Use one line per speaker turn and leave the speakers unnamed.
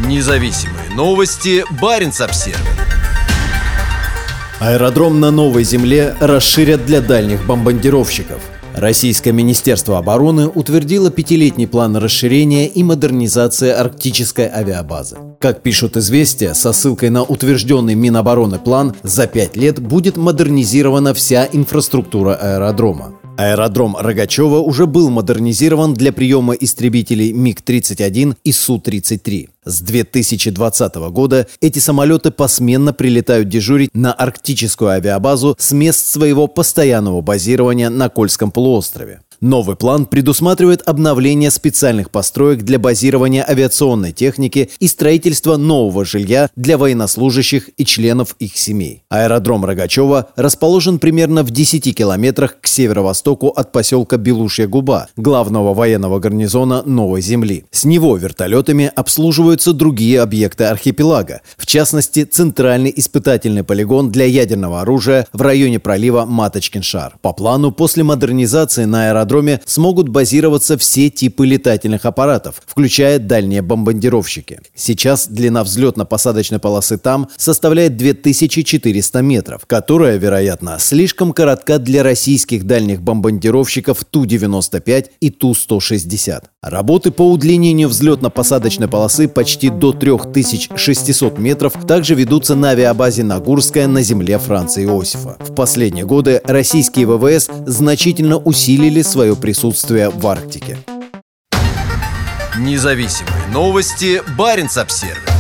Независимые новости. Баренц-Обсервис.
Аэродром на Новой Земле расширят для дальних бомбардировщиков. Российское Министерство обороны утвердило 5-летний план расширения и модернизации арктической авиабазы. Как пишут «Известия», со ссылкой на утвержденный Минобороны план, за 5 лет будет модернизирована вся инфраструктура аэродрома. Аэродром Рогачева уже был модернизирован для приема истребителей МиГ-31 и Су-33. С 2020 года эти самолеты посменно прилетают дежурить на арктическую авиабазу с мест своего постоянного базирования на Кольском полуострове. Новый план предусматривает обновление специальных построек для базирования авиационной техники и строительство нового жилья для военнослужащих и членов их семей. Аэродром Рогачева расположен примерно в 10 километрах к северо-востоку от поселка Белушья-Губа, главного военного гарнизона Новой Земли. С него вертолетами обслуживаются другие объекты архипелага, в частности, центральный испытательный полигон для ядерного оружия в районе пролива Маточкин-Шар. По плану, после модернизации на аэродроме смогут базироваться все типы летательных аппаратов, включая дальние бомбардировщики. Сейчас длина взлетно-посадочной полосы там составляет 2400 метров, которая, вероятно, слишком коротка для российских дальних бомбардировщиков Ту-95 и Ту-160. Работы по удлинению взлетно-посадочной полосы почти до 3600 метров также ведутся на авиабазе Нагурская на земле Франца Иосифа. В последние годы российские ВВС значительно усилили свое присутствие в Арктике.
Независимые новости. Баренц-Обсервис.